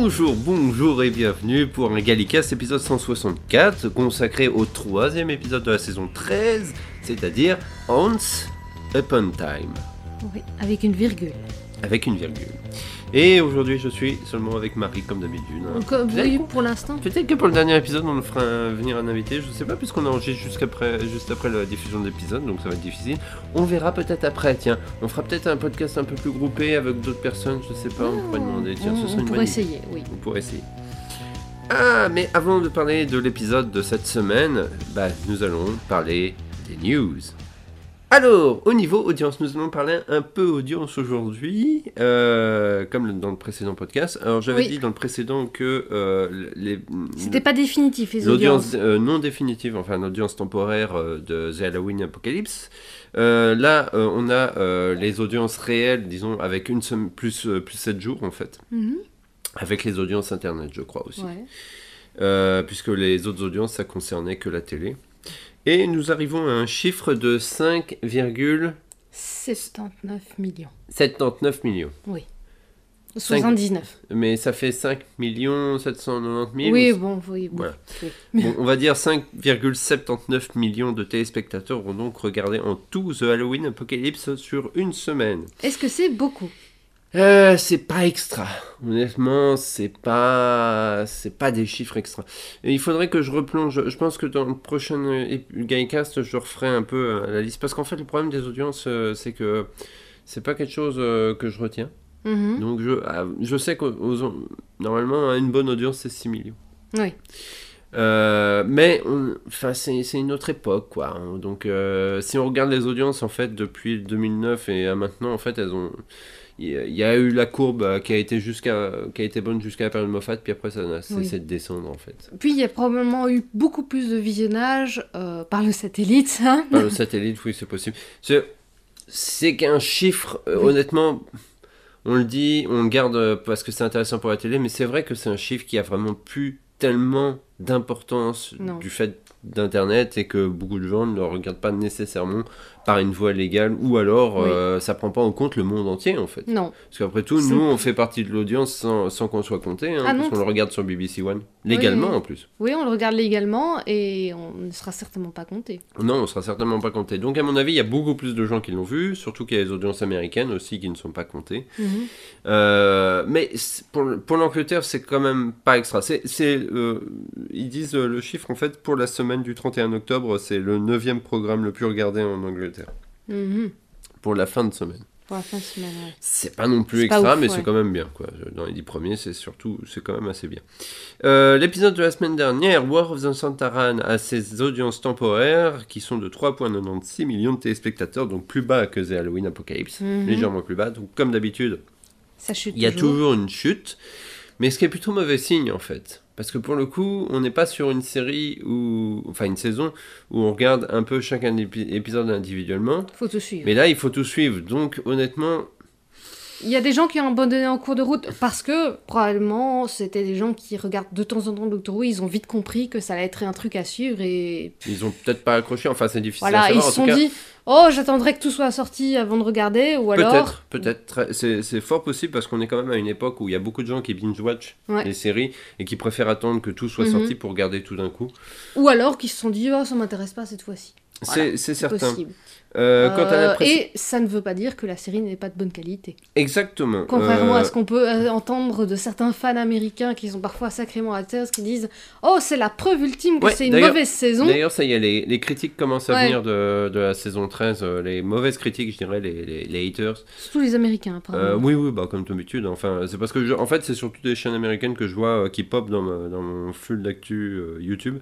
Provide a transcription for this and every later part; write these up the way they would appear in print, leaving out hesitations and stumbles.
Bonjour et bienvenue pour un Gallicast épisode 164 consacré au troisième épisode de la saison 13, c'est-à-dire Once Upon Time. Oui, avec une virgule. Avec une virgule. Et aujourd'hui je suis seulement avec Marie comme d'habitude. Oui, pour l'instant. Peut-être que pour le dernier épisode on fera venir un invité, je sais pas, puisqu'on enregistre juste après la diffusion de l'épisode, donc ça va être difficile. On verra peut-être après, tiens. On fera peut-être un podcast un peu plus groupé avec d'autres personnes, je sais pas, on pourrait demander. Tiens, ce serait une bonne idée. Essayer, oui. On pourrait essayer. Ah, mais avant de parler de l'épisode de cette semaine, nous allons parler des news. Alors, au niveau audience, nous allons parler un peu audience aujourd'hui, comme dans le précédent podcast. Alors, j'avais dit dans le précédent que c'était pas définitif, les audiences. L'audience non définitive, enfin l'audience temporaire de The Halloween Apocalypse. Là, on a les audiences réelles, disons, avec une semaine plus 7 jours en fait. Mm-hmm. Avec les audiences internet, je crois aussi. Ouais. Puisque les autres audiences, ça concernait que la télé. Et nous arrivons à un chiffre de 5,79 millions. 79 millions. Oui. 79. Mais ça fait 5 790 000. Oui, bon, oui. Voilà. Oui. Bon, on va dire 5,79 millions de téléspectateurs ont donc regardé en tout The Halloween Apocalypse sur une semaine. Est-ce que c'est beaucoup ? C'est pas extra. Honnêtement, c'est pas des chiffres extra. Et il faudrait que je replonge. Je pense que dans le prochain Gallicast, je referai un peu la liste. Parce qu'en fait, le problème des audiences, c'est que c'est pas quelque chose que je retiens. Mm-hmm. Donc, je sais que normalement, une bonne audience, c'est 6 millions. Oui. Mais c'est une autre époque, quoi. Donc, si on regarde les audiences, en fait, depuis 2009 et à maintenant, en fait, il y a eu la courbe qui a été bonne jusqu'à la période Moffat, puis après ça a cessé de descendre en fait. Puis il y a probablement eu beaucoup plus de visionnage par le satellite. Hein. Par le satellite, oui, c'est possible. C'est qu'un chiffre, honnêtement, on le dit, on le garde parce que c'est intéressant pour la télé, mais c'est vrai que c'est un chiffre qui a vraiment plus tellement d'importance du fait d'internet et que beaucoup de gens ne le regardent pas nécessairement par une voie légale ou alors ça prend pas en compte le monde entier en fait. Non. Parce qu'après tout, nous on fait partie de l'audience sans qu'on soit compté, parce qu'on le regarde sur BBC One, légalement en plus. Oui, on le regarde légalement et on ne sera certainement pas compté. Non, on sera certainement pas compté. Donc à mon avis, il y a beaucoup plus de gens qui l'ont vu, surtout qu'il y a les audiences américaines aussi qui ne sont pas comptées. Mm-hmm. Mais pour l'Angleterre, c'est quand même pas extra. Ils disent le chiffre en fait pour la semaine du 31 octobre, c'est le 9e programme le plus regardé en Angleterre. Mm-hmm. Pour la fin de semaine. Pour la fin de semaine, ouais. C'est pas non plus extra, mais c'est quand même bien, quoi. Dans les 10 premiers, c'est quand même assez bien. L'épisode de la semaine dernière, War of the Santaran, a ses audiences temporaires qui sont de 3,96 millions de téléspectateurs, donc plus bas que The Halloween Apocalypse, légèrement plus bas. Donc comme d'habitude, ça chute. Il y a toujours une chute, mais ce qui est plutôt mauvais signe en fait. Parce que pour le coup, on n'est pas sur une série une saison où on regarde un peu chaque épisode individuellement. Il faut tout suivre. Mais là, il faut tout suivre. Donc, honnêtement... Il y a des gens qui ont abandonné en cours de route parce que, probablement, c'était des gens qui regardent de temps en temps Doctor Who. Ils ont vite compris que ça allait être un truc à suivre et... Ils ont peut-être pas accroché. Enfin, c'est difficile à savoir. Ils se sont dit... Oh, j'attendrai que tout soit sorti avant de regarder, ou alors... Peut-être. C'est fort possible parce qu'on est quand même à une époque où il y a beaucoup de gens qui binge-watch les séries et qui préfèrent attendre que tout soit sorti pour regarder tout d'un coup. Ou alors qui se sont dit, oh, ça m'intéresse pas cette fois-ci. Voilà, c'est certain. Possible. Et ça ne veut pas dire que la série n'est pas de bonne qualité. Exactement. Contrairement à ce qu'on peut entendre de certains fans américains qui sont parfois sacrément haters, qui disent « Oh, c'est la preuve ultime que c'est une mauvaise saison !» D'ailleurs, ça y est, les critiques commencent à venir de la saison 13, les mauvaises critiques, je dirais, les haters. Surtout les Américains, apparemment. Oui, comme d'habitude. Enfin, c'est parce que, en fait, c'est surtout des chaînes américaines que je vois qui pop dans mon flux d'actu YouTube.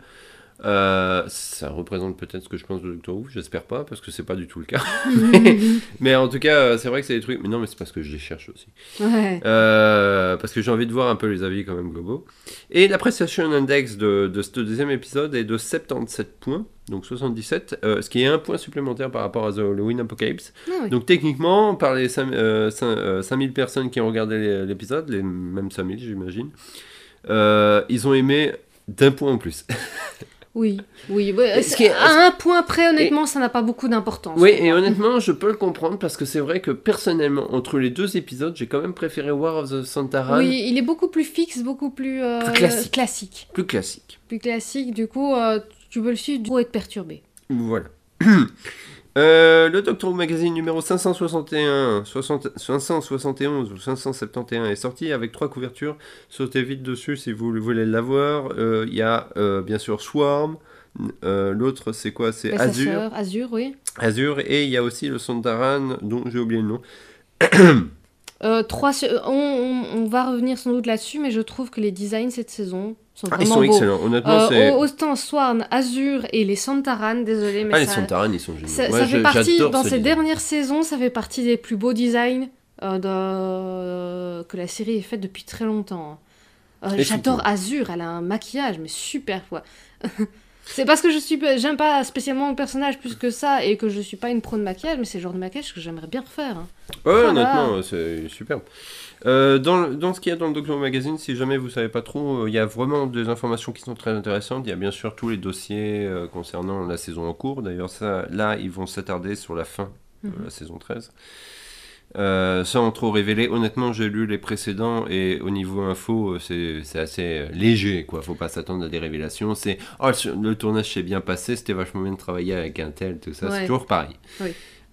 Ça représente peut-être ce que je pense de Doctor Who, j'espère pas parce que c'est pas du tout le cas. mais en tout cas, c'est vrai que c'est des trucs. Mais non, mais c'est parce que je les cherche aussi. Ouais. Parce que j'ai envie de voir un peu les avis quand même globaux. Et l'appreciation index de ce deuxième épisode est de 77 points, donc 77, ce qui est un point supplémentaire par rapport à The Halloween Apocalypse. Ah oui. Donc techniquement, par les 5000 personnes qui ont regardé l'épisode, les mêmes 5000 j'imagine, ils ont aimé d'un point en plus. Oui. Ce qui est- À un point près, honnêtement, ça n'a pas beaucoup d'importance. Oui, pour et moi. honnêtement, je peux le comprendre parce que c'est vrai que personnellement, entre les 2 épisodes, j'ai quand même préféré War of the Santaran Oui, il est beaucoup plus fixe, beaucoup plus, Plus classique. classique. plus classique. Plus classique, du coup, tu peux le suivre pour être perturbé. Voilà. Le Doctor Who Magazine numéro 571, 571 ou 571 est sorti avec 3 couvertures. Sautez vite dessus si vous voulez l'avoir. Il y a bien sûr Swarm. L'autre c'est quoi? C'est Sa Azure. sœur, Azure, oui. Azure. Et il y a aussi le Santaran dont j'ai oublié le nom. On va revenir sans doute là-dessus, mais je trouve que les designs cette saison sont Ils vraiment sont beaux. excellents. Honnêtement, c'est. Autant Swarm, Azure et les Santaran, désolé, mais Les ça, Santaran, ils sont géniaux. ça, Moi, ça fait partie, j'adore dans ce ces design. dernières saisons, ça fait partie des plus beaux designs que la série ait fait depuis très longtemps. Effectivement. J'adore Azure, elle a un maquillage, mais super, quoi. C'est parce que j'aime pas spécialement le personnage plus que ça et que je suis pas une pro de maquillage, mais c'est le genre de maquillage que j'aimerais bien refaire. Hein. Ouais, Voilà. honnêtement, c'est superbe. Dans ce qu'il y a dans le Doctor Who Magazine, si jamais vous savez pas trop, il y a vraiment des informations qui sont très intéressantes. Il y a bien sûr tous les dossiers concernant la saison en cours. D'ailleurs, ça, là, ils vont s'attarder sur la fin de la saison 13. Sans trop révéler, honnêtement, j'ai lu les précédents et au niveau info, c'est assez léger, quoi. Faut pas s'attendre à des révélations. C'est le tournage s'est bien passé, c'était vachement bien de travailler avec un tel, tout ça. Ouais. C'est toujours pareil. Oui.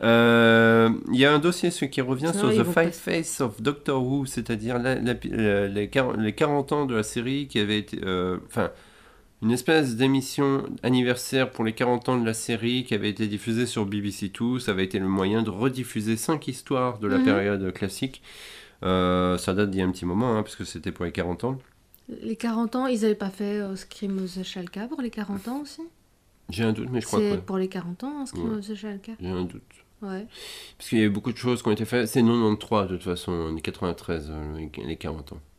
Il y a un dossier qui revient Sinon, sur ils The vont Five passer. Faces of Doctor Who, c'est-à-dire les 40 ans de la série qui avait été. Enfin, une espèce d'émission anniversaire pour les 40 ans de la série qui avait été diffusée sur BBC Two. Ça avait été le moyen de rediffuser 5 histoires de la période classique. Ça date d'il y a un petit moment, hein, puisque c'était pour les 40 ans. Les 40 ans, ils avaient pas fait Scream of the Shalka pour les 40 ans aussi? J'ai un doute, mais je crois que C'est ouais. pour les 40 ans, Scream Ouais. of the Shalka? J'ai un doute. Ouais. Parce qu'il y a eu beaucoup de choses qui ont été faites. C'est 93 de toute façon, 93, les 40 ans.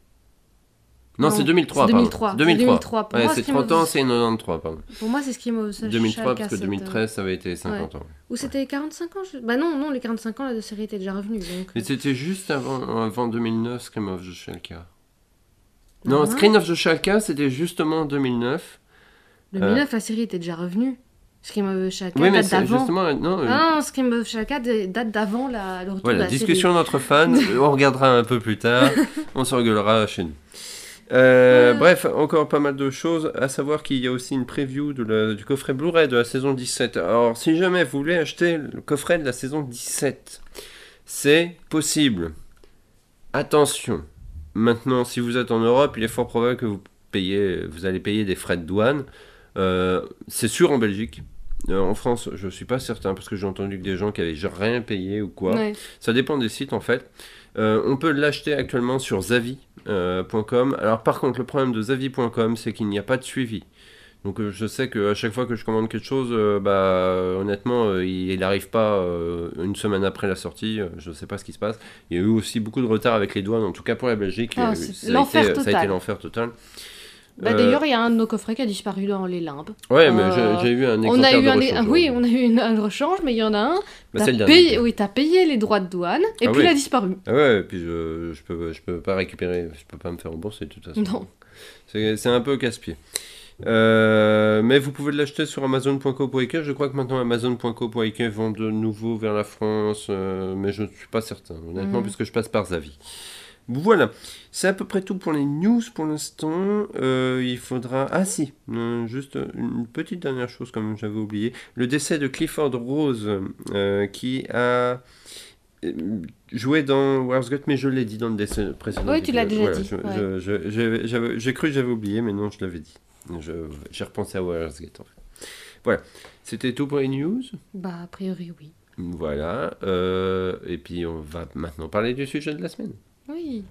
Non, c'est 2003, c'est pardon. 2003. 2003. Pour Ouais, moi, c'est Scream 30 of ans, the- c'est 93, pardon. Pour moi, c'est Scream of the 2003, Shalka, parce que cette, 2013, ça avait été 50 ans. Ou c'était 45 ans Bah non, les 45 ans, la série était déjà revenue. Donc, Et c'était juste avant 2009, Scream of the Shalka. Ah Non, ouais Scream of the Shalka, c'était justement en 2009. 2009, la série était déjà revenue. Scream of the Shalka Oui, mais date c'est d'avant. justement... Non, Ah non, Scream of the Shalka date d'avant le retour de voilà, la discussion d'entre fans, on regardera un peu plus tard, on se rigolera chez nous. Bref, encore pas mal de choses, à savoir qu'il y a aussi une preview du coffret Blu-ray de la saison 17. Alors, si jamais vous voulez acheter le coffret de la saison 17, c'est possible. Attention, maintenant, si vous êtes en Europe, il est fort probable que vous allez payer des frais de douane. C'est sûr en Belgique. En France, je suis pas certain parce que j'ai entendu que des gens qui avaient rien payé ou quoi. Ouais. Ça dépend des sites en fait. On peut l'acheter actuellement sur Zavi.com. Alors par contre, le problème de Zavi.com, c'est qu'il n'y a pas de suivi. Donc je sais qu'à chaque fois que je commande quelque chose, honnêtement, il n'arrive pas une semaine après la sortie. Je ne sais pas ce qui se passe. Il y a eu aussi beaucoup de retard avec les douanes, en tout cas pour la Belgique. C'est ça a l'enfer été total. l'enfer total. D'ailleurs, il y a un de nos coffrets qui a disparu dans les limbes. Ouais, mais j'ai eu un exemplaire de rechange. Oui, on a eu un rechange, mais il y en a un. C'est le dernier. Oui, t'as payé les droits de douane et Ah puis oui. il a disparu. Ah ouais, et puis je peux pas récupérer, je peux pas me faire rembourser de toute façon. Non. C'est un peu casse-pied. Mais vous pouvez l'acheter sur Amazon.co.uk. Je crois que maintenant Amazon.co.uk vend de nouveau vers la France, mais je ne suis pas certain, honnêtement, puisque je passe par Zavi. Voilà, c'est à peu près tout pour les news pour l'instant. Il faudra... Ah si, juste une petite dernière chose comme j'avais oublié. Le décès de Clifford Rose, qui a joué dans Wars Got, mais je l'ai dit dans le décès précédent. Oui, tu l'as déjà Voilà, dit. j'ai cru que j'avais oublié, mais non, je l'avais dit. J'ai repensé à Wars Got en fait. Voilà, c'était tout pour les news. Bah, a priori, oui. Voilà, et puis on va maintenant parler du sujet de la semaine. Oui.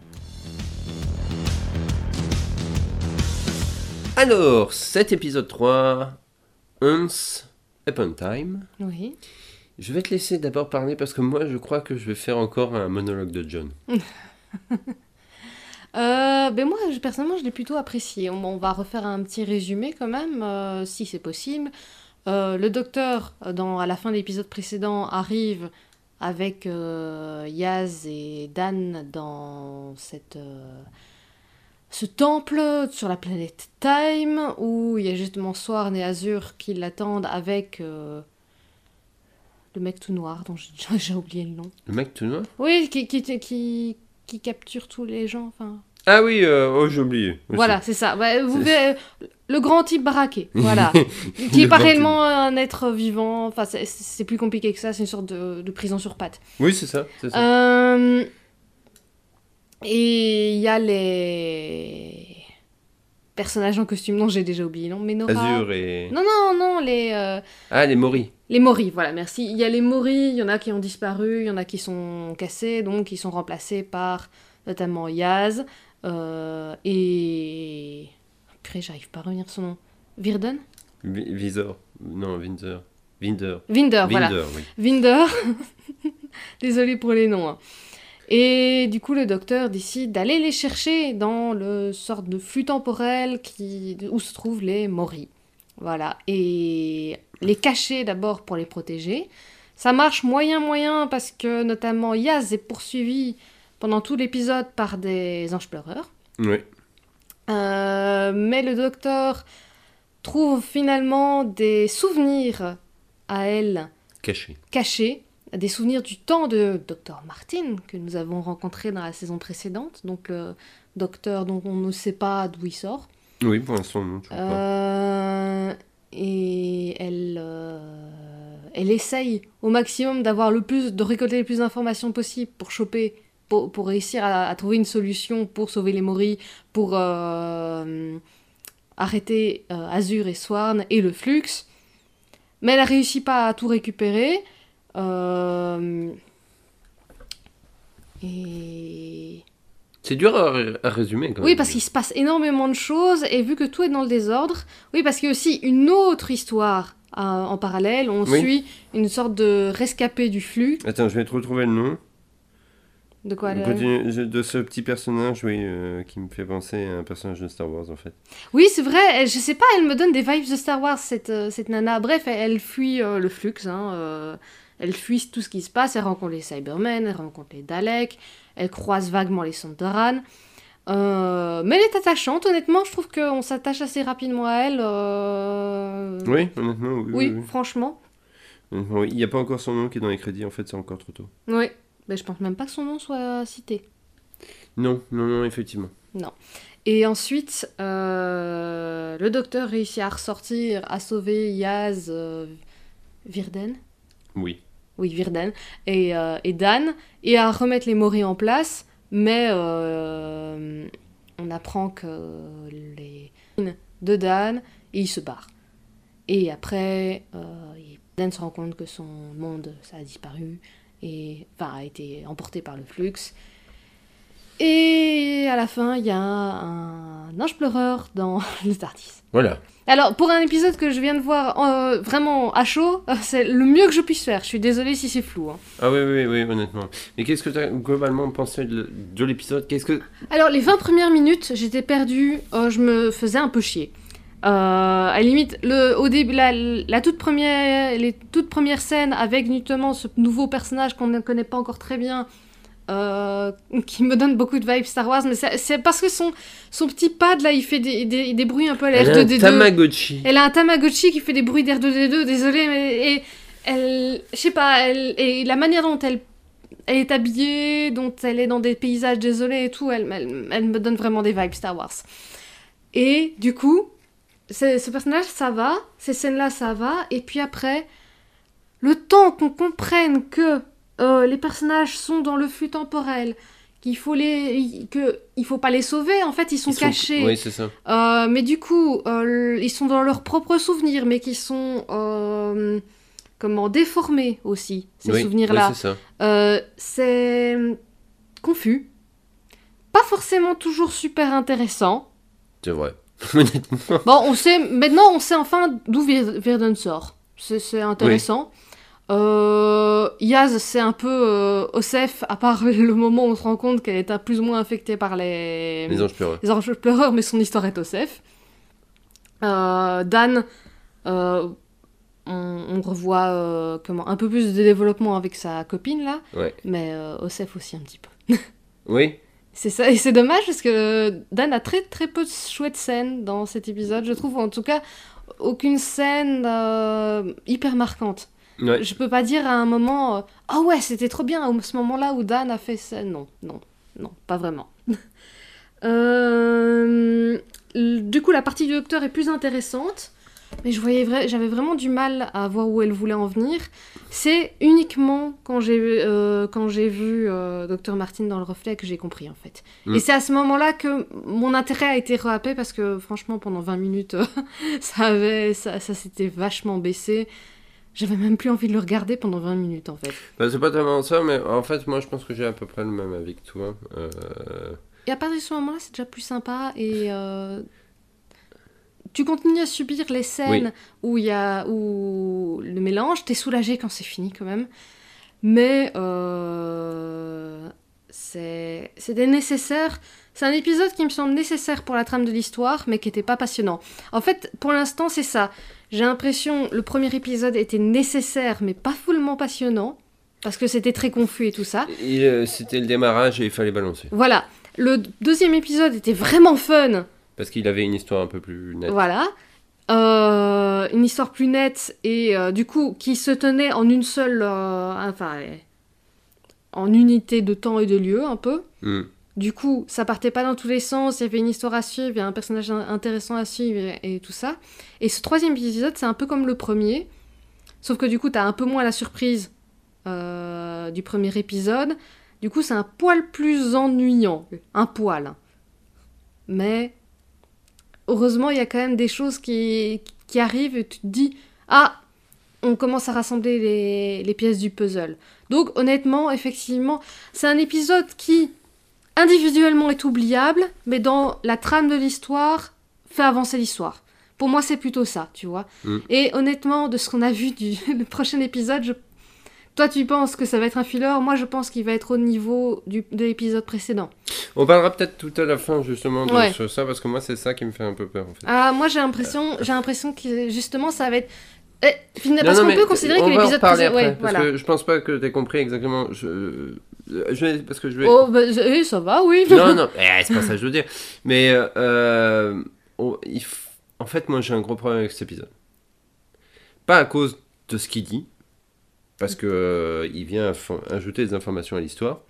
Alors, cet épisode 3, Once Upon Time. Oui. Je vais te laisser d'abord parler parce que moi je crois que je vais faire encore un monologue de John. Moi, personnellement, je l'ai plutôt apprécié. On va refaire un petit résumé quand même, si c'est possible. Le docteur, à la fin de l'épisode précédent, arrive avec Yaz et Dan dans cette ce temple sur la planète Time, où il y a justement Sworn et Azure qui l'attendent avec le mec tout noir, dont j'ai oublié le nom. Le mec tout noir? Oui, qui capture tous les gens, enfin... Ah oui, j'ai oublié. Aussi. Voilà, c'est ça. Bah, vous verrez, le grand type baraqué, voilà. Qui est pas réellement un être vivant, enfin, c'est plus compliqué que ça, c'est une sorte de prison sur pattes. Oui, c'est ça. C'est ça. Et il y a les personnages en costume, non, j'ai déjà oublié, non, mais Nora... Azure et... Non, les... Ah, les Mori. Les Mori, voilà, merci. Il y a les Mori, il y en a qui ont disparu, il y en a qui sont cassés, donc ils sont remplacés par notamment Yaz et... Purée, j'arrive pas à revenir son nom. Virden Visor. Non, Windsor. Vinder, voilà. Oui. Vinder. Désolée pour les noms. Hein. Et du coup, le docteur décide d'aller les chercher dans le sorte de flux temporel où se trouvent les Mori. Voilà. Et les cacher d'abord pour les protéger. Ça marche moyen parce que notamment Yaz est poursuivi pendant tout l'épisode par des anges pleureurs. Oui. Mais le docteur trouve finalement des souvenirs à elle cachés, des souvenirs du temps de Dr. Martin que nous avons rencontré dans la saison précédente, donc le docteur dont on ne sait pas d'où il sort. Oui, pour l'instant, non, toujours pas. Et elle essaye au maximum de récolter le plus d'informations possible pour choper, pour réussir à trouver une solution pour sauver les Mori, pour arrêter Azure et Sworn et le Flux. Mais elle ne réussit pas à tout récupérer. Et... C'est dur à résumer quand même. Oui, parce qu'il se passe énormément de choses, et vu que tout est dans le désordre... Oui, parce qu'il y a aussi une autre histoire en parallèle. On suit une sorte de rescapé du flux. Attends, je vais te retrouver le nom. De quoi de ce petit personnage, oui, qui me fait penser à un personnage de Star Wars, en fait. Oui, c'est vrai, je sais pas, elle me donne des vibes de Star Wars, cette nana. Bref, elle fuit le flux, elle fuit tout ce qui se passe, elle rencontre les Cybermen, elle rencontre les Daleks, elle croise vaguement les Sontaran. Mais elle est attachante, honnêtement, je trouve qu'on s'attache assez rapidement à elle. Oui, honnêtement, oui. Franchement. Il n'y a pas encore son nom qui est dans les crédits, en fait, c'est encore trop tôt. Oui. Mais je pense même pas que son nom soit cité. Non, effectivement. Non. Et ensuite, le docteur réussit à ressortir, à sauver Yaz, Virden. Oui. Oui, Virden. Et Dan, et à remettre les Mori en place, mais on apprend que les de Dan, et il se barre. Et après, Dan se rend compte que son monde, ça a disparu, a été emporté par le flux. Et à la fin, il y a un ange pleureur dans le TARDIS. Voilà. Alors, pour un épisode que je viens de voir vraiment à chaud, c'est le mieux que je puisse faire. Je suis désolée si c'est flou. Hein. Ah oui, honnêtement. Mais qu'est-ce que tu as globalement pensé de l'épisode ? Alors, les 20 premières minutes, j'étais perdue. Je me faisais un peu chier. À la limite, au début, les toutes premières scènes avec notamment ce nouveau personnage qu'on ne connaît pas encore très bien, qui me donne beaucoup de vibes Star Wars, mais c'est parce que son petit pad là, il fait des bruits un peu à l'R2D2. Tamagotchi. Elle a un Tamagotchi qui fait des bruits d'R2D2, désolée, mais je sais pas, et la manière dont elle est habillée, dont elle est dans des paysages désolés et tout, elle me donne vraiment des vibes Star Wars. Et du coup, ce personnage, ça va, ces scènes-là, ça va, et puis après, le temps qu'on comprenne que les personnages sont dans le flux temporel, qu'il faut pas les sauver, en fait, ils sont cachés. Oui, c'est ça. Mais du coup, ils sont dans leurs propres souvenirs, mais qui sont déformés aussi, ces souvenirs-là. Oui, c'est ça. C'est confus, pas forcément toujours super intéressant. C'est vrai. Bon, maintenant on sait enfin d'où Virden sort. C'est intéressant. Yaz, c'est un peu Osef, à part le moment où on se rend compte qu'elle est plus ou moins infectée par les anges pleureurs, mais son histoire est Osef. Dan, on revoit un peu plus de développement avec sa copine là, ouais. mais Osef aussi un petit peu. Oui. C'est ça, et c'est dommage parce que Dan a très très peu de chouettes scènes dans cet épisode, je trouve, ou en tout cas, aucune scène hyper marquante. Ouais. Je peux pas dire à un moment, ah ouais, c'était trop bien, à ce moment-là où Dan a fait ça. Non, non, non, pas vraiment. Du coup, la partie du docteur est plus intéressante, mais j'avais vraiment du mal à voir où elle voulait en venir. C'est uniquement quand j'ai vu Dr Martin dans le reflet que j'ai compris, en fait. Et c'est à ce moment-là que mon intérêt a été râpé, parce que franchement, pendant 20 minutes, ça s'était vachement baissé. J'avais même plus envie de le regarder pendant 20 minutes, en fait. Bah, c'est pas tellement ça, mais en fait, moi, je pense que j'ai à peu près le même avis que toi. Et à partir de ce moment-là, c'est déjà plus sympa, et tu continues à subir les scènes où il y a le mélange, t'es soulagé quand c'est fini, quand même. Mais c'était nécessaire. C'est un épisode qui me semble nécessaire pour la trame de l'histoire, mais qui n'était pas passionnant. En fait, pour l'instant, c'est ça. J'ai l'impression que le premier épisode était nécessaire, mais pas follement passionnant, parce que c'était très confus et tout ça. C'était le démarrage et il fallait balancer. Voilà. Le deuxième épisode était vraiment fun. Parce qu'il avait une histoire un peu plus nette. Voilà. Une histoire plus nette et du coup qui se tenait en une seule... en unité de temps et de lieu, un peu. Du coup, ça partait pas dans tous les sens, il y avait une histoire à suivre, il y a un personnage intéressant à suivre et tout ça. Et ce troisième épisode, c'est un peu comme le premier, sauf que du coup, t'as un peu moins la surprise du premier épisode. Du coup, c'est un poil plus ennuyant. Un poil. Mais, heureusement, il y a quand même des choses qui arrivent et tu te dis « Ah, on commence à rassembler les pièces du puzzle. » Donc, honnêtement, effectivement, c'est un épisode qui... individuellement est oubliable, mais dans la trame de l'histoire, fait avancer l'histoire. Pour moi, c'est plutôt ça, tu vois. Et honnêtement, de ce qu'on a vu le prochain épisode, toi, tu penses que ça va être un filler, moi, je pense qu'il va être au niveau de l'épisode précédent. On parlera peut-être tout à la fin, justement, de ça, parce que moi, c'est ça qui me fait un peu peur, en fait. Ah, moi, j'ai l'impression que, justement, ça va être... parce qu'on peut considérer que l'épisode précédent... Ouais, parce que je pense pas que t'aies compris exactement... Parce que je vais... Oh, bah, ça va, oui. Non, c'est pas ça que je veux dire. Mais, en fait, moi, j'ai un gros problème avec cet épisode. Pas à cause de ce qu'il dit, parce que il vient ajouter des informations à l'histoire,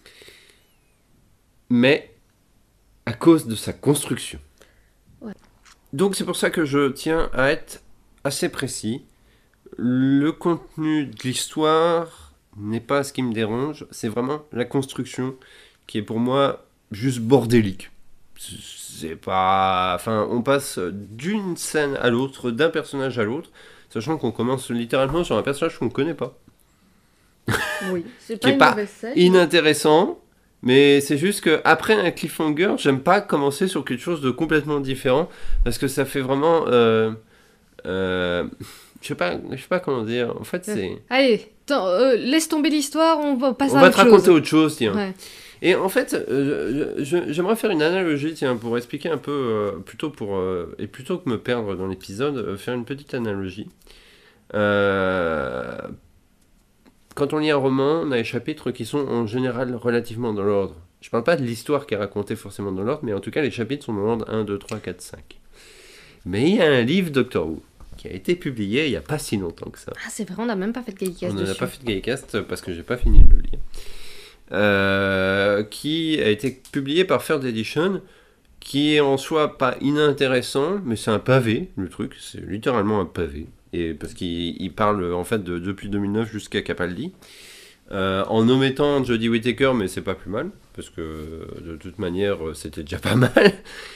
mais à cause de sa construction. Ouais. Donc, c'est pour ça que je tiens à être assez précis. Le contenu de l'histoire n'est pas ce qui me dérange, c'est vraiment la construction qui est pour moi juste bordélique. C'est pas... Enfin, on passe d'une scène à l'autre, d'un personnage à l'autre, sachant qu'on commence littéralement sur un personnage qu'on ne connaît pas. Oui, c'est pas qui est pas inintéressant, mais c'est juste qu'après un cliffhanger, j'aime pas commencer sur quelque chose de complètement différent, parce que ça fait vraiment... je sais pas comment dire. En fait, c'est... Allez, laisse tomber l'histoire, on va passer à autre chose. On va te raconter autre chose, tiens. Ouais. Et en fait, j'aimerais faire une analogie, tiens, pour expliquer un peu, plutôt que me perdre dans l'épisode, faire une petite analogie. Quand on lit un roman, on a des chapitres qui sont en général relativement dans l'ordre. Je parle pas de l'histoire qui est racontée forcément dans l'ordre, mais en tout cas, les chapitres sont dans l'ordre 1, 2, 3, 4, 5. Mais il y a un livre Doctor Who qui a été publié il n'y a pas si longtemps que ça. Ah, c'est vrai, on n'a même pas fait de Gaïcast dessus. On n'a pas fait de Gaïcast parce que j'ai pas fini de le lire. Qui a été publié par Third Edition, qui est en soi pas inintéressant, mais c'est un pavé, le truc, c'est littéralement un pavé. Et parce qu'il parle en fait depuis 2009 jusqu'à Capaldi, en omettant Jodie Whittaker, mais c'est pas plus mal, parce que de toute manière c'était déjà pas mal.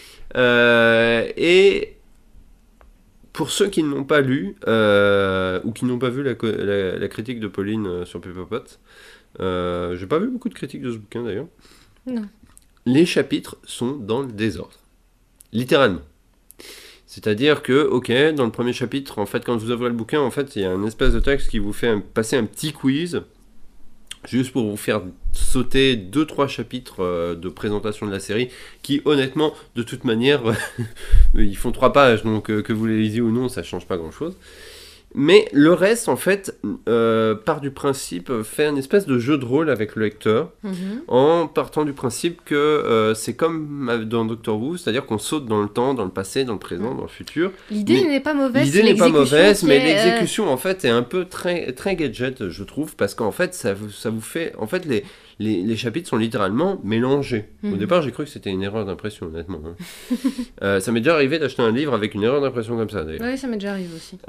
Et pour ceux qui ne l'ont pas lu, ou qui n'ont pas vu la critique de Pauline sur Paperpot, j'ai pas vu beaucoup de critiques de ce bouquin d'ailleurs. Non. Les chapitres sont dans le désordre. Littéralement. C'est-à-dire que, ok, dans le premier chapitre, en fait, quand vous ouvrez le bouquin, en fait, il y a un espèce de texte qui vous fait passer un petit quiz, juste pour vous faire sauter 2-3 chapitres de présentation de la série, qui, honnêtement, de toute manière, ils font 3 pages, donc que vous les lisiez ou non, ça change pas grand-chose. Mais le reste, en fait, part du principe, fait un espèce de jeu de rôle avec le lecteur, en partant du principe que c'est comme dans Doctor Who, c'est-à-dire qu'on saute dans le temps, dans le passé, dans le présent, dans le futur. L'idée Mais n'est pas mauvaise. L'idée n'est pas mauvaise, mais est, l'exécution, en fait, est un peu très, très gadget, je trouve, parce qu'en fait, ça vous fait... En fait, les chapitres sont littéralement mélangés. Au départ, j'ai cru que c'était une erreur d'impression, honnêtement. Hein. Ça m'est déjà arrivé d'acheter un livre avec une erreur d'impression comme ça, d'ailleurs. Oui, ça m'est déjà arrivé aussi.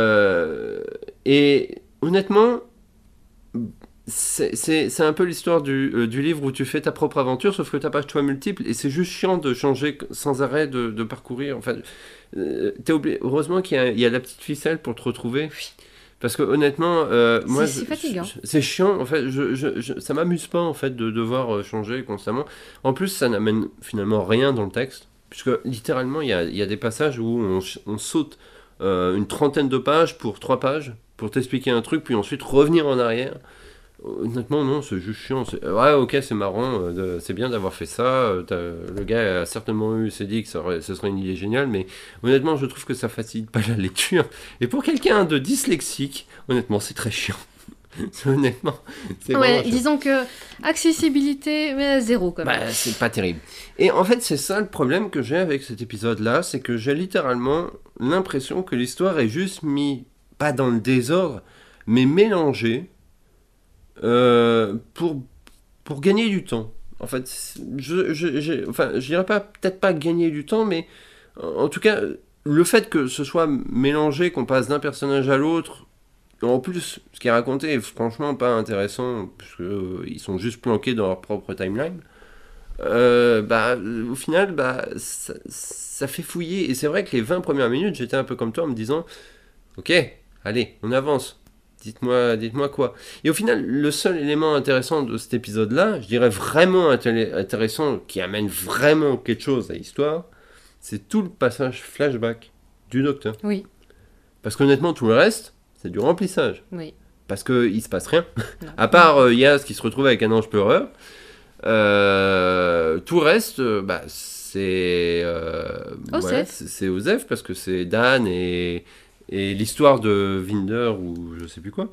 Et honnêtement, c'est un peu l'histoire du livre où tu fais ta propre aventure, sauf que tu n'as pas de choix multiples, et c'est juste chiant de changer sans arrêt, de parcourir. Enfin, t'es obligé. Heureusement qu'il y a la petite ficelle pour te retrouver. Oui. Parce que honnêtement, moi, c'est fatigant. C'est chiant. En fait, ça m'amuse pas en fait de devoir changer constamment. En plus, ça n'amène finalement rien dans le texte, puisque littéralement, il y a des passages où on saute une trentaine de pages pour 3 pages pour t'expliquer un truc, puis ensuite revenir en arrière. Honnêtement, non, c'est juste chiant. Ouais, ok, c'est marrant, c'est bien d'avoir fait ça. Le gars a certainement s'est dit que ce serait une idée géniale, mais honnêtement, je trouve que ça facilite pas la lecture. Et pour quelqu'un de dyslexique, honnêtement, c'est très chiant. Honnêtement, c'est ouais, disons que accessibilité, mais zéro quand même. Bah, c'est pas terrible. Et en fait, c'est ça le problème que j'ai avec cet épisode-là, c'est que j'ai littéralement l'impression que l'histoire est juste mise, pas dans le désordre, mais mélangée. Pour gagner du temps. En fait, je dirais peut-être pas gagner du temps, mais en tout cas, le fait que ce soit mélangé, qu'on passe d'un personnage à l'autre, en plus, ce qui est raconté est franchement pas intéressant, puisque ils sont juste planqués dans leur propre timeline. Au final, ça fait fouiller. Et c'est vrai que les 20 premières minutes, j'étais un peu comme toi en me disant, ok, allez, on avance. Dites-moi quoi. Et au final, le seul élément intéressant de cet épisode-là, je dirais vraiment intéressant, qui amène vraiment quelque chose à l'histoire, c'est tout le passage flashback du docteur. Oui. Parce qu'honnêtement, tout le reste, c'est du remplissage. Oui. Parce qu'il se passe rien. À part Yaz qui se retrouve avec un ange peureur, tout le reste, c'est Osef, parce que c'est Dan et l'histoire de Vinder ou je sais plus quoi.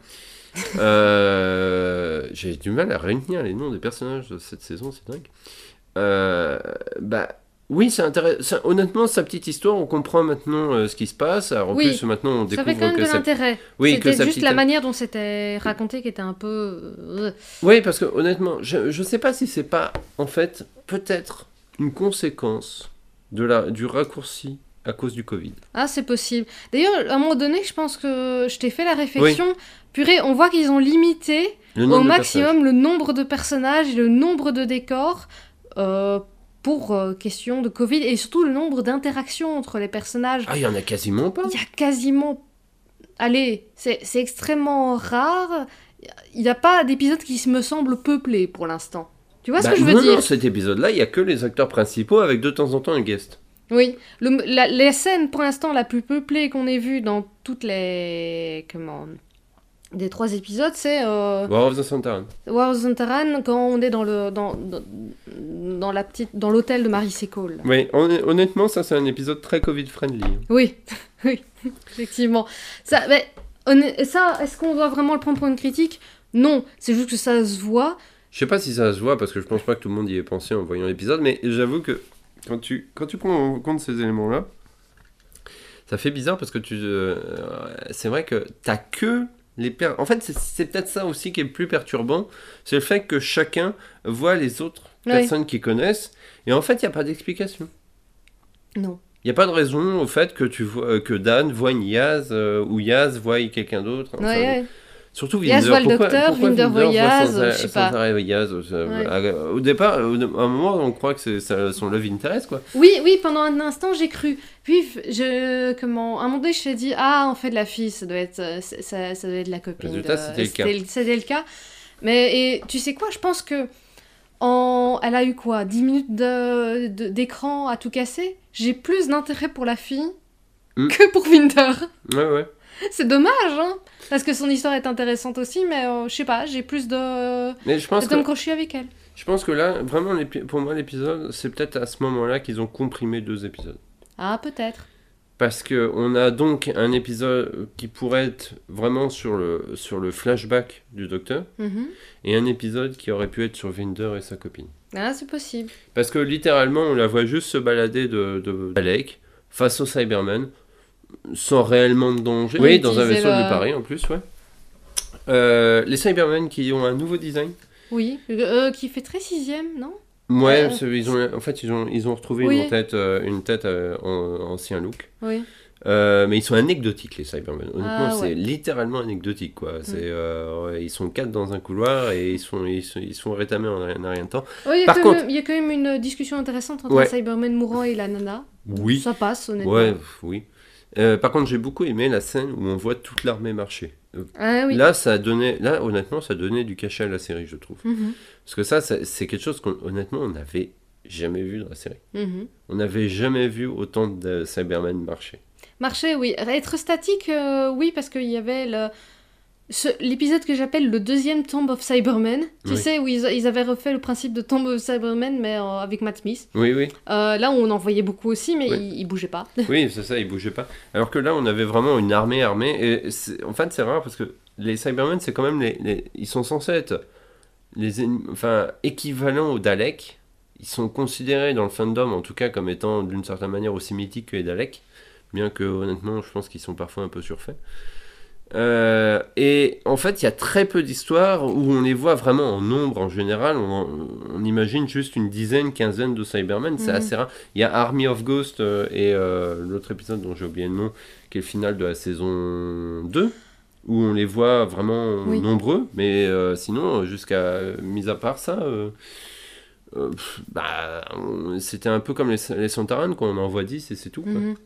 J'ai du mal à retenir les noms des personnages de cette saison, c'est dingue. Oui, c'est intéressant. Honnêtement, sa petite histoire, on comprend maintenant ce qui se passe. Alors, en plus, maintenant, on découvre ça fait quand même de l'intérêt. Oui, c'était juste la manière dont c'était raconté qui était un peu... Oui, parce que honnêtement, je sais pas si c'est pas, en fait, peut-être une conséquence du raccourci à cause du Covid. Ah, c'est possible. D'ailleurs, à un moment donné, je pense que je t'ai fait la réflexion. Oui. Purée, on voit qu'ils ont limité au maximum le nombre de personnages et le nombre de décors pour question de Covid, et surtout le nombre d'interactions entre les personnages. Ah, il y en a quasiment pas. Il y a quasiment... Allez, c'est extrêmement rare. Il n'y a pas d'épisode qui me semble peuplé pour l'instant. Tu vois ce que je veux dire ? Non, cet épisode-là, il n'y a que les acteurs principaux avec de temps en temps un guest. Oui, les scènes pour l'instant la plus peuplée qu'on ait vues dans toutes les... des 3 épisodes, c'est... War of the Santaran. War of the Santaran, quand on est dans l'hôtel de Marie Sécole. Oui, honnêtement, ça c'est un épisode très Covid-friendly. Oui, oui, effectivement. Est-ce qu'on doit vraiment le prendre pour une critique ? Non, c'est juste que ça se voit. Je sais pas si ça se voit, parce que je pense pas que tout le monde y ait pensé en voyant l'épisode, mais j'avoue que quand tu prends en compte ces éléments-là, ça fait bizarre parce que c'est vrai que t'as que en fait, c'est peut-être ça aussi qui est le plus perturbant, c'est le fait que chacun voit les autres personnes qu'ils connaissent, et en fait, il n'y a pas d'explication. Non. Il n'y a pas de raison au fait que Dan voit une Yaz, ou Yaz voit quelqu'un d'autre. Enfin, ouais. Surtout Vinder. Yaz voit le docteur, Vinder voit Yaz, je sais pas. Yaz, au départ, à un moment, on croit que c'est son love interest, quoi. Oui, pendant un instant, j'ai cru. Puis, à un moment donné, je me suis dit, en fait, la fille, ça doit être la copine. Résultat, c'était le cas. Mais tu sais quoi, je pense que elle a eu quoi, 10 minutes d'écran à tout casser. J'ai plus d'intérêt pour la fille que pour Vinder. Ouais. C'est dommage, hein, parce que son histoire est intéressante aussi, mais je sais pas, j'ai plus de crochet avec elle. Je pense que là, vraiment, pour moi, l'épisode, c'est peut-être à ce moment-là qu'ils ont comprimé 2 épisodes. Ah, peut-être. parce que on a donc un épisode qui pourrait être vraiment sur le flashback du docteur, Mhm. et un épisode qui aurait pu être sur Vinder et sa copine. Ah, c'est possible. Parce que littéralement, on la voit juste se balader de Dalek face aux Cybermen, sans réellement de danger. Oui, dans un vaisseau de Paris en plus, ouais. Les Cybermen qui ont un nouveau design. Oui, qui fait très 6ème, non? Ouais, en fait, ils ont retrouvé Oui. une tête en ancien look. Oui. Mais ils sont anecdotiques, les Cybermen. Honnêtement, Ah, ouais. c'est littéralement anecdotique, quoi. Ils sont 4 dans un couloir et ils sont rétamés en rien de temps. Oui, Par contre- il y a quand même une discussion intéressante entre Ouais. un Cyberman mourant et la nana. Oui. Ça passe, honnêtement. Ouais, oui. Par contre, j'ai beaucoup aimé la scène où on voit toute l'armée marcher. Ah oui. Là, honnêtement, ça donnait du cachet à la série, je trouve. Mhm. Parce que ça, c'est quelque chose honnêtement, on n'avait jamais vu dans la série. Mhm. On n'avait jamais vu autant de Cybermen marcher. Marcher, oui. Être statique, oui, parce qu'il y avait l'épisode que j'appelle le deuxième Tomb of Cybermen. Tu Oui. sais, où ils avaient refait le principe de Tomb of Cybermen, mais avec Matt Smith. Oui, oui. Là, on en voyait beaucoup aussi, mais Oui. il bougeait pas. Oui, c'est ça, ils bougeaient pas. Alors que là, on avait vraiment une armée armée. Et en fait, c'est rare parce que les Cybermen, c'est quand même ils sont censés être équivalents aux Daleks. Ils sont considérés dans le fandom, en tout cas, comme étant d'une certaine manière aussi mythiques que les Daleks. Bien que, honnêtement, je pense qu'ils sont parfois un peu surfaits. Et en fait, il y a très peu d'histoires où on les voit vraiment en nombre en général. On imagine juste une dizaine, quinzaine de Cybermen, c'est Mhm. assez rare. Il y a Army of Ghosts et l'autre épisode dont j'ai oublié le nom, qui est le final de la saison 2, où on les voit vraiment Oui. nombreux. Mais sinon, mis à part ça, c'était un peu comme les Sontarans, qu'on en envoie 10 et c'est tout, quoi. Mhm.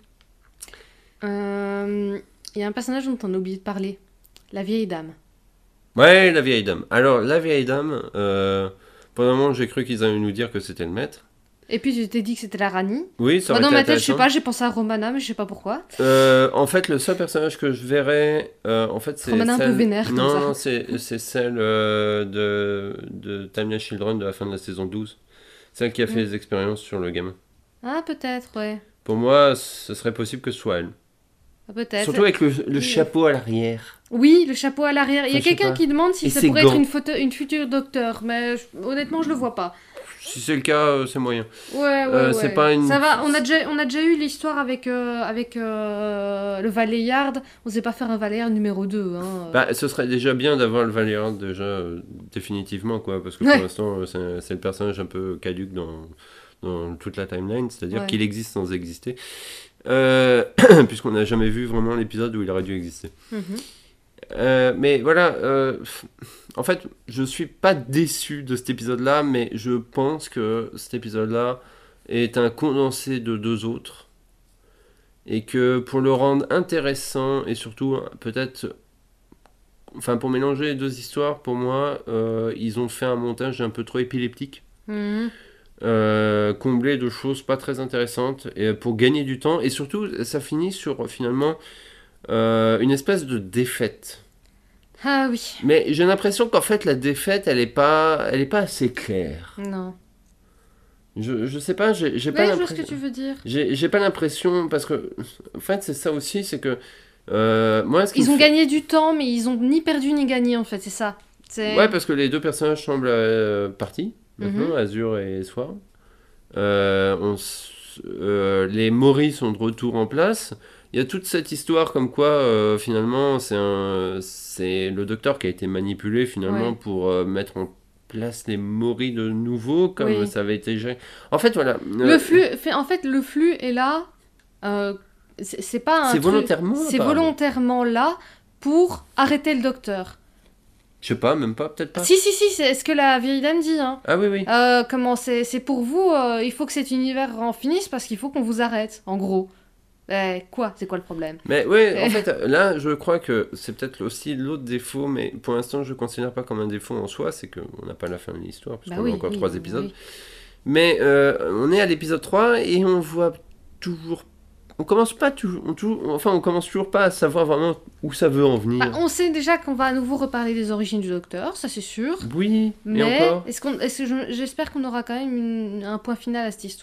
Il y a un personnage dont on a oublié de parler. La vieille dame. Ouais, la vieille dame. Alors, la vieille dame, pendant un moment, j'ai cru qu'ils allaient nous dire que c'était le maître. Et puis, je t'ai dit que c'était la Rani. Oui, ça aurait Dans été ma tête, je sais intéressant. pas, j'ai pensé à Romana, mais je sais pas pourquoi. En fait, le seul personnage que je verrais, en fait, c'est Romana un peu celle... vénère, comme non, ça. non, c'est celle de Timeless Children de la fin de la saison 12. Celle qui a fait les expériences sur le gamin. Ah, peut-être, ouais. Pour moi, ce serait possible que ce soit elle. Ah, peut-être. Surtout avec le Oui. chapeau à l'arrière. Oui, le chapeau à l'arrière. Il y a Enfin, je sais quelqu'un pas. qui demande si Et ça ses pourrait gants. être une future docteur, mais honnêtement, je le vois pas. Si c'est le cas, c'est moyen. Ouais. c'est pas une- Ça va, on a déjà eu l'histoire avec le Valeyard. On sait pas faire un Valeyard numéro 2. Hein. Bah, ce serait déjà bien d'avoir le Valérant déjà définitivement, quoi, parce que Ouais. pour l'instant c'est le personnage un peu caduque dans toute la timeline, c'est-à-dire Ouais. qu'il existe sans exister, puisqu'on n'a jamais vu vraiment l'épisode où il aurait dû exister. Mhm. Mais voilà, en fait, je suis pas déçu de cet épisode-là, mais je pense que cet épisode-là est un condensé de deux autres, et que pour le rendre intéressant et surtout peut-être, enfin pour mélanger les deux histoires, pour moi, ils ont fait un montage un peu trop épileptique, Mhm. comblé de choses pas très intéressantes, et pour gagner du temps, et surtout ça finit sur finalement une espèce de défaite. Ah oui, Mais j'ai l'impression qu'en fait la défaite elle est pas assez claire. non. Je sais pas, j'ai pas Ouais, je vois ce l'impression. que tu veux dire. J'ai pas l'impression, parce que en fait c'est ça aussi, c'est que moi ce qui Ils me ont fait- gagné du temps, mais ils ont ni perdu ni gagné, en fait, c'est ça. Ouais, parce que les deux personnages semblent partis maintenant, Azure et Swarm. Les Maury sont de retour en place. Il y a toute cette histoire comme quoi finalement c'est le docteur qui a été manipulé finalement Ouais. pour mettre en place les Maury de nouveau, comme Oui. ça avait été géré. En fait voilà. Le flux, en fait, le flux est là. C'est pas un C'est truc- volontairement, C'est apparemment. volontairement là pour arrêter le docteur. Je sais pas, même pas, peut-être pas. Si, c'est ce que la vieille dame dit. Hein. Ah oui, oui. Comment c'est pour vous, il faut que cet univers en finisse parce qu'il faut qu'on vous arrête, en gros. Quoi? C'est quoi le problème? Mais ouais, en fait, là, je crois que c'est peut-être aussi l'autre défaut, mais pour l'instant, je ne considère pas comme un défaut en soi, c'est qu'on n'a pas la fin de l'histoire, puisqu'on a encore 3 épisodes. oui. Mais on est à l'épisode 3 et on voit toujours... On commence toujours pas à savoir vraiment où ça veut en venir. Bah, on sait déjà qu'on va à nouveau reparler des origines du docteur, ça c'est sûr. Oui, et Mais encore. j'espère qu'on aura quand même un point final à cette histoire.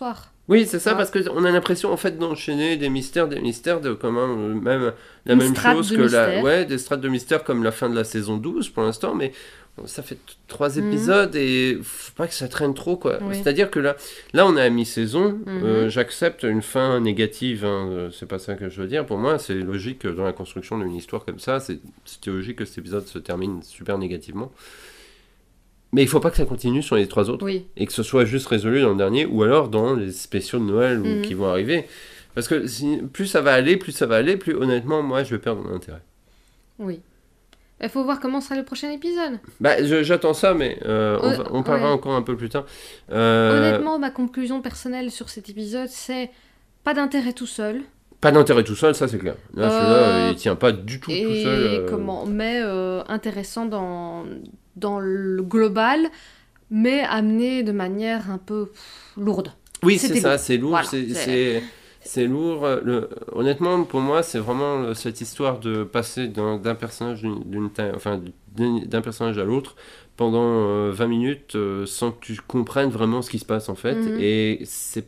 Oui, c'est ça, Ah. parce qu'on a l'impression en fait d'enchaîner des mystères, de comment même la Une même strate chose de que mystère. ouais, des strates de mystère comme la fin de la saison 12 pour l'instant, mais ça fait 3 Mhm. épisodes et faut pas que ça traîne trop quoi. Oui. C'est-à-dire que là on est à mi-saison, Mhm. j'accepte une fin négative, hein, c'est pas ça que je veux dire. Pour moi, c'est logique que dans la construction d'une histoire comme ça, c'était logique que cet épisode se termine super négativement. Mais il faut pas que ça continue sur les 3 autres Oui. et que ce soit juste résolu dans le dernier ou alors dans les spéciaux de Noël Mhm. qui vont arriver. Parce que plus ça va aller, plus honnêtement, moi je vais perdre mon intérêt. Oui. Il faut voir comment sera le prochain épisode. Bah, j'attends ça, mais on parlera Ouais. encore un peu plus tard. Honnêtement, ma conclusion personnelle sur cet épisode, c'est pas d'intérêt tout seul. Pas d'intérêt tout seul, ça c'est clair. Là, celui-là, Euh, il tient pas du tout tout seul. mais intéressant dans le global, mais amené de manière un peu lourde. Oui, c'était c'est ça, lourd. c'est lourd. Voilà, C'est lourd. Honnêtement, pour moi, c'est vraiment cette histoire de passer d'un personnage d'un personnage à l'autre pendant 20 minutes sans que tu comprennes vraiment ce qui se passe en fait. Mhm. Et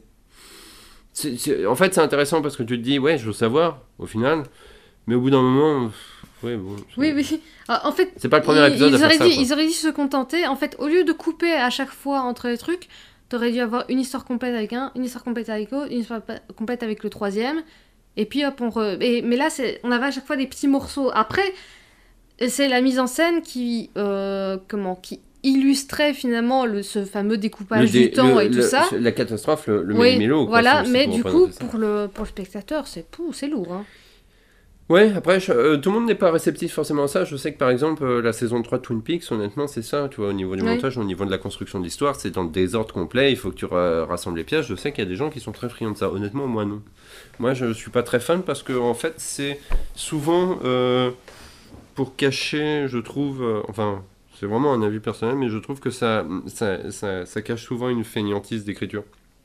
en fait, c'est intéressant parce que tu te dis, ouais, je veux savoir au final, mais au bout d'un moment, ouais, bon. Oui, oui. En fait, C'est pas le premier épisode à faire ça, quoi. ils auraient dû se contenter. En fait, au lieu de couper à chaque fois entre les trucs, t'aurais dû avoir une histoire complète avec un, une histoire complète avec l'autre, une histoire complète avec le troisième. Et puis hop, mais là, on avait à chaque fois des petits morceaux. Après, c'est la mise en scène qui illustrait finalement ce fameux découpage du temps et tout ça. La catastrophe, le Oui, méli-mélo, quoi, voilà, c'est mais pour du coup, représenter ça. pour le spectateur, c'est lourd. Hein. Ouais, après, tout le monde n'est pas réceptif forcément à ça. Je sais que par exemple, la saison 3 de Twin Peaks, honnêtement, c'est ça, tu vois, au niveau du Oui. montage, au niveau de la construction de l'histoire, c'est dans le désordre complet, il faut que tu rassembles les pièces. Je sais qu'il y a des gens qui sont très friands de ça. Honnêtement, moi non. Moi, je suis pas très fan parce que, en fait, c'est souvent pour cacher, je trouve, enfin, c'est vraiment un avis personnel, mais je trouve que ça cache souvent une fainéantise d'écriture.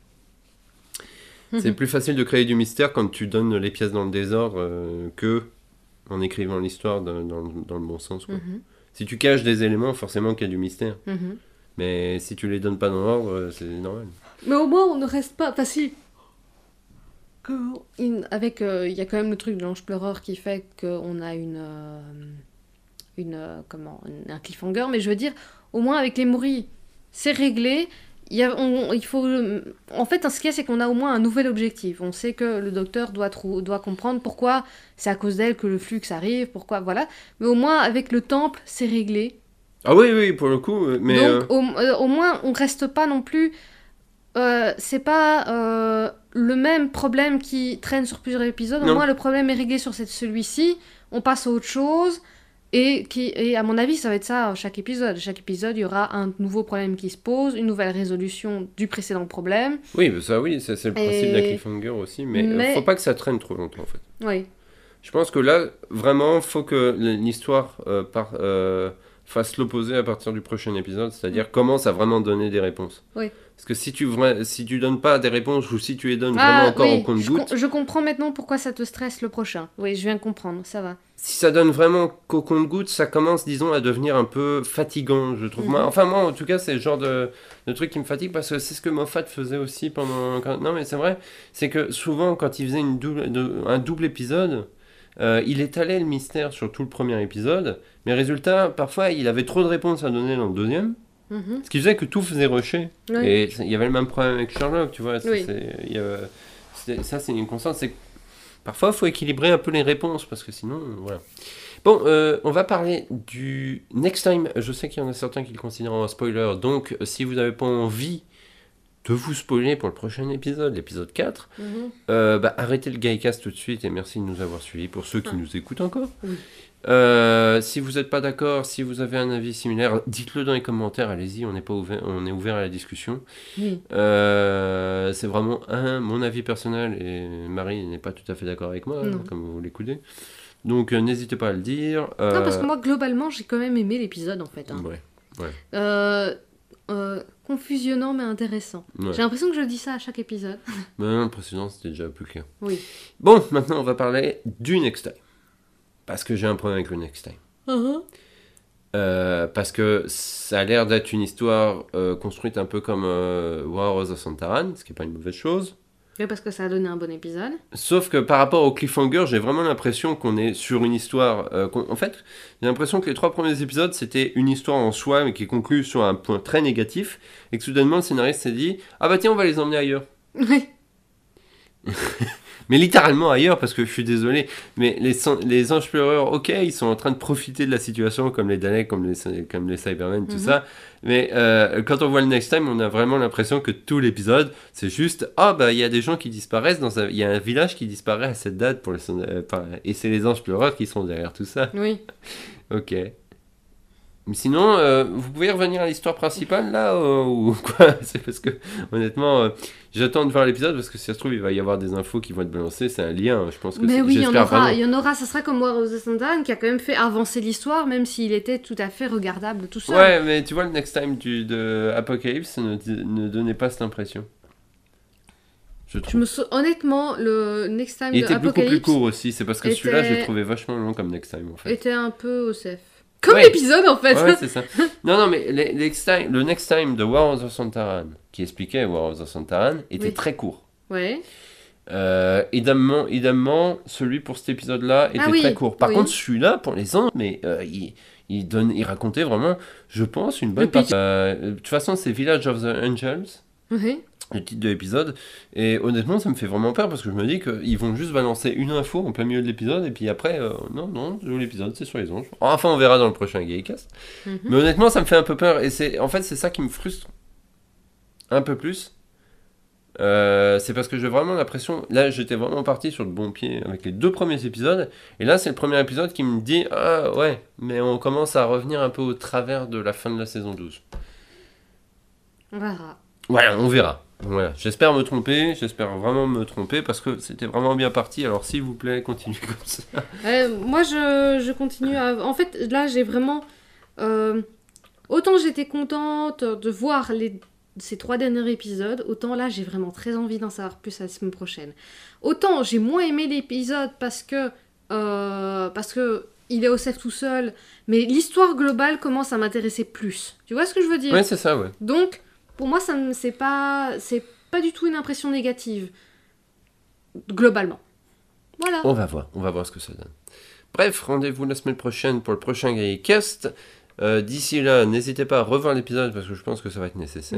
C'est plus facile de créer du mystère quand tu donnes les pièces dans le désordre que en écrivant l'histoire dans le bon sens, quoi. Mhm, Si tu caches des éléments, forcément qu'il y a du mystère. mhm. Mais si tu les donnes pas dans l'ordre, c'est normal. Mais au moins, on ne reste pas. Enfin, si. Avec. Il y a quand même le truc de l'ange pleureur qui fait qu'on a un cliffhanger, mais je veux dire, au moins avec les Mouri, c'est réglé. Il faut. En fait, ce qu'il y a, c'est qu'on a au moins un nouvel objectif. On sait que le docteur doit comprendre pourquoi c'est à cause d'elle que le flux arrive, pourquoi. Voilà. Mais au moins, avec le temple, c'est réglé. Ah oui, oui, pour le coup, mais... Donc, au moins, on reste pas non plus. C'est pas le même problème qui traîne sur plusieurs épisodes. Au Non. moins, le problème est réglé sur celui-ci. On passe à autre chose. Et à mon avis, ça va être ça chaque épisode. Chaque épisode, il y aura un nouveau problème qui se pose, une nouvelle résolution du précédent problème. Oui, mais ça, oui, c'est le principe de la Et- cliffhanger aussi, mais mais- faut pas que ça traîne trop longtemps, en fait. Oui. Je pense que là, vraiment, faut que l'histoire fasse l'opposé à partir du prochain épisode, c'est-à-dire commence à vraiment donner des réponses. Oui. Parce que si tu donnes pas des réponses ou si tu les donnes vraiment encore au compte-gouttes, je comprends maintenant pourquoi ça te stresse le prochain. Oui, je viens de comprendre, ça va. si ça donne vraiment qu'au compte-gouttes, ça commence, disons, à devenir un peu fatigant, je trouve. Mhm. Moi, en tout cas, c'est le genre de truc qui me fatigue parce que c'est ce que Moffat faisait aussi pendant... Non, mais c'est vrai, c'est que souvent, quand il faisait un double épisode, il étalait le mystère sur tout le premier épisode, mais résultat, parfois, il avait trop de réponses à donner dans le deuxième, Mhm. ce qui faisait que tout faisait rusher. Oui. Et il y avait le même problème avec Sherlock, tu vois. Oui. Ça, c'est une constante. C'est que parfois, il faut équilibrer un peu les réponses, parce que sinon, voilà. Bon, on va parler du Next Time. Je sais qu'il y en a certains qui le considèrent un spoiler, donc si vous n'avez pas envie de vous spoiler pour le prochain épisode, l'épisode 4, Mhm. arrêtez le Gaïcast tout de suite et merci de nous avoir suivis pour ceux qui nous écoutent encore. Oui. Si vous n'êtes pas d'accord, si vous avez un avis similaire, dites-le dans les commentaires, allez-y, on est ouvert à la discussion. Oui. C'est vraiment mon avis personnel et Marie n'est pas tout à fait d'accord avec moi, Non. comme vous l'écoutez. Donc n'hésitez pas à le dire. Non, parce que moi, globalement, j'ai quand même aimé l'épisode, en fait. Hein. Ouais. Confusionnant, mais intéressant. Ouais. J'ai l'impression que je dis ça à chaque épisode. Mais non, le précédent c'était déjà plus clair. Oui. Bon, maintenant on va parler du Next Time. Parce que j'ai un problème avec le Next Time. Parce que ça a l'air d'être une histoire construite un peu comme War of the Santaran, ce qui n'est pas une mauvaise chose. Oui, parce que ça a donné un bon épisode. Sauf que par rapport au cliffhanger, j'ai vraiment l'impression qu'on est sur une histoire... en fait, j'ai l'impression que les 3 premiers épisodes, c'était une histoire en soi, mais qui est conclue sur un point très négatif, et que soudainement, le scénariste s'est dit « Ah bah tiens, on va les emmener ailleurs ». Oui. Mais littéralement ailleurs, parce que je suis désolé, mais les anges pleureurs, ok, ils sont en train de profiter de la situation, comme les Daleks, comme les Cybermen, tout ça, mais quand on voit le Next Time, on a vraiment l'impression que tout l'épisode, c'est juste, ah bah il y a des gens qui disparaissent, il y a un village qui disparaît à cette date, et c'est les anges pleureurs qui sont derrière tout ça. Oui. Ok. Mais sinon, vous pouvez revenir à l'histoire principale là ou quoi? C'est parce que honnêtement, j'attends de voir l'épisode parce que si ça se trouve il va y avoir des infos qui vont être balancées, c'est un lien. Je pense que Mais oui, j'espère vraiment. il y en aura. Ça sera comme War of the Sundown qui a quand même fait avancer l'histoire, même s'il était tout à fait regardable tout seul. Ouais, mais tu vois le Next Time de Apocalypse ne donnait pas cette impression. Je trouve. Honnêtement, le Next Time Il de était beaucoup Apocalypse plus court aussi. C'est parce que celui-là, je l'ai trouvé vachement long comme Next Time en fait. était un peu OCF. Comme Ouais. l'épisode en fait. Ouais, c'est ça. Non, mais le Next Time de War of the Sontaran, qui expliquait War of the Sontaran, était très court. Ouais. Évidemment, celui pour cet épisode-là était très court. Par contre, celui-là, pour les anges, mais il racontait vraiment, je pense, une bonne partie. De toute façon, c'est Village of the Angels. Oui. Le titre de l'épisode, et honnêtement ça me fait vraiment peur parce que je me dis qu'ils vont juste balancer une info en plein milieu de l'épisode et puis après non, l'épisode c'est sur les anges, enfin on verra dans le prochain Gaycast. Mais honnêtement ça me fait un peu peur et c'est ça qui me frustre un peu plus, c'est parce que j'ai vraiment l'impression, là j'étais vraiment parti sur le bon pied avec les 2 premiers épisodes et là c'est le premier épisode qui me dit ah ouais mais on commence à revenir un peu au travers de la fin de la saison 12. On verra. Voilà, on verra. Voilà. J'espère vraiment me tromper parce que c'était vraiment bien parti. Alors s'il vous plaît, continuez comme ça. Moi, je continue à... En fait, là, j'ai vraiment... Autant j'étais contente de voir ces 3 derniers épisodes, autant là, j'ai vraiment très envie d'en savoir plus la semaine prochaine. Autant j'ai moins aimé l'épisode parce que il est au CEF tout seul, mais l'histoire globale commence à m'intéresser plus. Tu vois ce que je veux dire? Ouais, c'est ça, ouais. Donc... Pour moi, c'est pas du tout une impression négative, globalement. Voilà. On va voir ce que ça donne. Bref, rendez-vous la semaine prochaine pour le prochain Gaycast. D'ici là, n'hésitez pas à revoir l'épisode parce que je pense que ça va être nécessaire.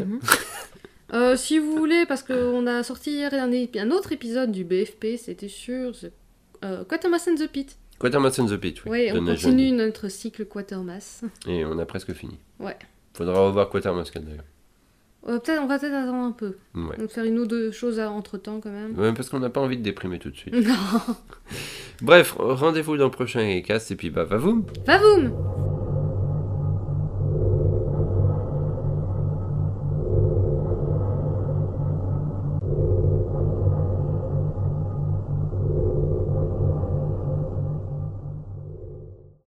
Si vous voulez, parce qu'on a sorti hier un autre épisode du BFP, c'était sur Quatermass and the Pit. Quatermass and the Pit, oui. Oui, on continue notre cycle Quatermass. Et on a presque fini. Ouais. Faudra revoir Quatermass d'ailleurs. On va peut-être attendre un peu. Ouais. Donc faire une ou deux choses entre temps quand même. Ouais, parce qu'on n'a pas envie de déprimer tout de suite. Non. Bref, rendez-vous dans le prochain Gaycast et puis bah, va-voum. Va-voum.